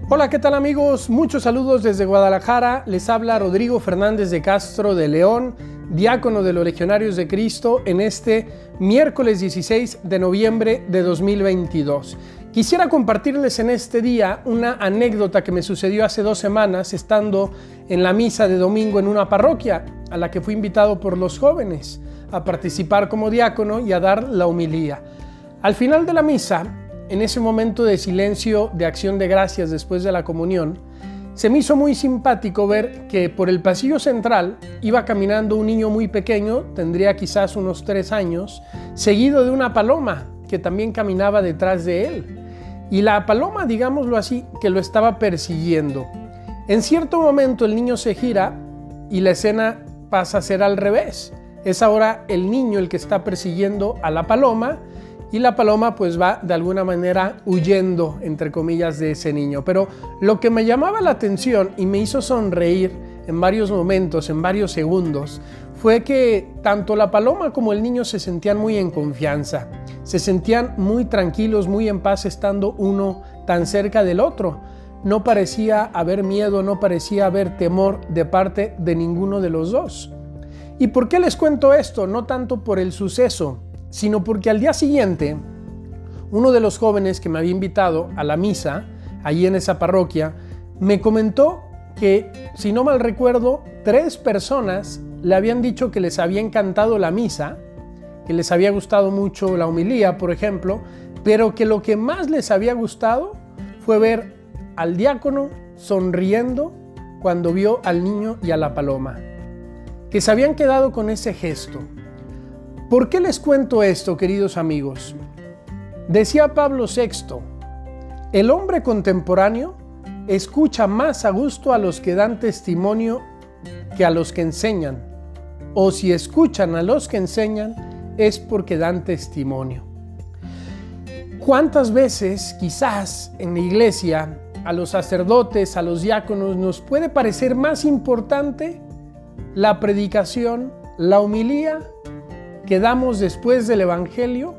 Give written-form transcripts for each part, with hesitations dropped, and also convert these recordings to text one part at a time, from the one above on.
Hola, ¿qué tal amigos? Muchos saludos desde Guadalajara. Les habla Rodrigo Fernández de Castro de León, diácono de los Legionarios de Cristo, en este miércoles 16 de noviembre de 2022. Quisiera compartirles en este día una anécdota que me sucedió hace 2 semanas estando en la misa de domingo en una parroquia a la que fui invitado por los jóvenes a participar como diácono y a dar la homilía. Al final de la misa, en ese momento de silencio de acción de gracias después de la comunión, se me hizo muy simpático ver que por el pasillo central iba caminando un niño muy pequeño, tendría quizás unos 3 años, seguido de una paloma que también caminaba detrás de él. Y la paloma, digámoslo así, que lo estaba persiguiendo. En cierto momento el niño se gira y la escena pasa a ser al revés. Es ahora el niño el que está persiguiendo a la paloma, y la paloma pues va de alguna manera huyendo, entre comillas, de ese niño. Pero lo que me llamaba la atención y me hizo sonreír en varios momentos, en varios segundos, fue que tanto la paloma como el niño se sentían muy en confianza. Se sentían muy tranquilos, muy en paz estando uno tan cerca del otro. No parecía haber miedo, no parecía haber temor de parte de ninguno de los dos. ¿Y por qué les cuento esto? No tanto por el suceso, sino porque al día siguiente, uno de los jóvenes que me había invitado a la misa, allí en esa parroquia, me comentó que, si no mal recuerdo, 3 personas le habían dicho que les había encantado la misa, que les había gustado mucho la homilía, por ejemplo, pero que lo que más les había gustado fue ver al diácono sonriendo cuando vio al niño y a la paloma, que se habían quedado con ese gesto. ¿Por qué les cuento esto, queridos amigos? Decía Pablo VI, el hombre contemporáneo escucha más a gusto a los que dan testimonio que a los que enseñan, o si escuchan a los que enseñan es porque dan testimonio. ¿Cuántas veces quizás en la iglesia a los sacerdotes, a los diáconos nos puede parecer más importante la predicación, la homilía que damos después del Evangelio,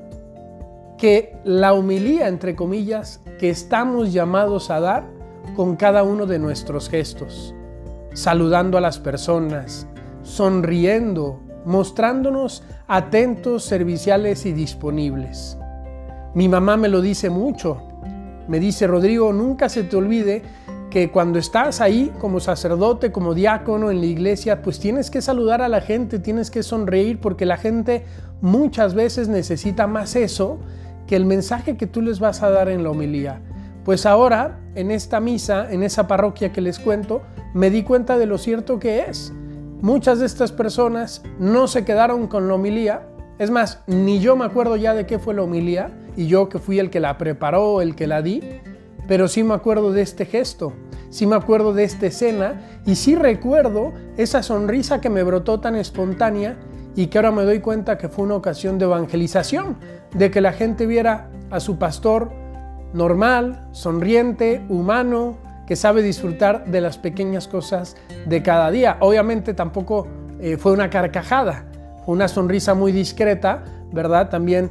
que la homilía, entre comillas, que estamos llamados a dar con cada uno de nuestros gestos, saludando a las personas, sonriendo, mostrándonos atentos, serviciales y disponibles? Mi mamá me lo dice mucho, me dice: Rodrigo, nunca se te olvide que cuando estás ahí como sacerdote, como diácono en la iglesia, pues tienes que saludar a la gente, tienes que sonreír, porque la gente muchas veces necesita más eso que el mensaje que tú les vas a dar en la homilía. Pues ahora, en esta misa, en esa parroquia que les cuento, me di cuenta de lo cierto que es. Muchas de estas personas no se quedaron con la homilía, es más, ni yo me acuerdo ya de qué fue la homilía, y yo que fui el que la preparó, el que la di, pero sí me acuerdo de este gesto, sí me acuerdo de esta escena y sí recuerdo esa sonrisa que me brotó tan espontánea y que ahora me doy cuenta que fue una ocasión de evangelización, de que la gente viera a su pastor normal, sonriente, humano, que sabe disfrutar de las pequeñas cosas de cada día. Obviamente tampoco fue una carcajada, fue una sonrisa muy discreta, ¿verdad? También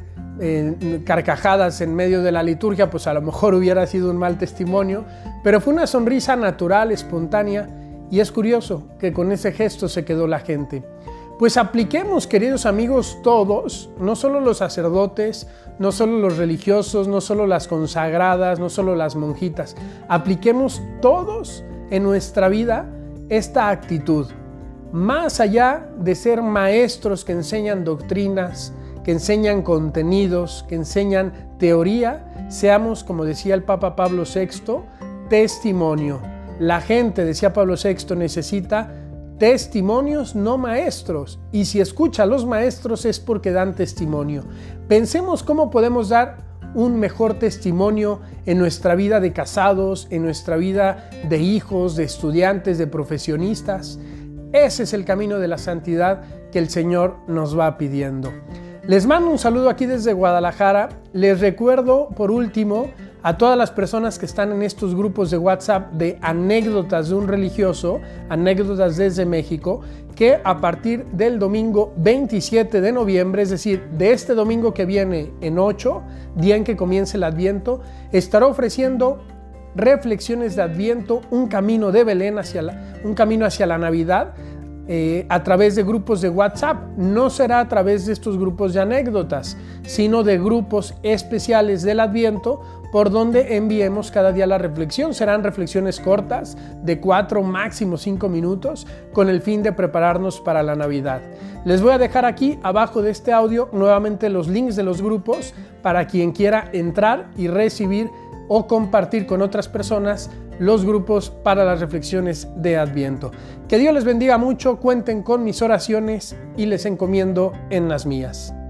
carcajadas en medio de la liturgia, pues a lo mejor hubiera sido un mal testimonio, pero fue una sonrisa natural, espontánea, y es curioso que con ese gesto se quedó la gente. Pues apliquemos, queridos amigos, todos, no solo los sacerdotes, no solo los religiosos, no solo las consagradas, no solo las monjitas, apliquemos todos en nuestra vida esta actitud. Más allá de ser maestros que enseñan doctrinas, que enseñan contenidos, que enseñan teoría, seamos, como decía el Papa Pablo VI, testimonio. La gente, decía Pablo VI, necesita testimonios, no maestros. Y si escucha a los maestros es porque dan testimonio. Pensemos cómo podemos dar un mejor testimonio en nuestra vida de casados, en nuestra vida de hijos, de estudiantes, de profesionistas. Ese es el camino de la santidad que el Señor nos va pidiendo. Les mando un saludo aquí desde Guadalajara. Les recuerdo, por último, a todas las personas que están en estos grupos de WhatsApp de anécdotas de un religioso, anécdotas desde México, que a partir del domingo 27 de noviembre, es decir, de este domingo que viene en 8, día en que comience el Adviento, estará ofreciendo Reflexiones de Adviento, un camino de Belén un camino hacia la Navidad, a través de grupos de WhatsApp. No será a través de estos grupos de anécdotas, sino de grupos especiales del Adviento por donde enviemos cada día la reflexión. Serán reflexiones cortas de 4, máximo 5 minutos, con el fin de prepararnos para la Navidad. Les voy a dejar aquí abajo de este audio nuevamente los links de los grupos para quien quiera entrar y recibir o compartir con otras personas los grupos para las reflexiones de Adviento. Que Dios les bendiga mucho, cuenten con mis oraciones y les encomiendo en las mías.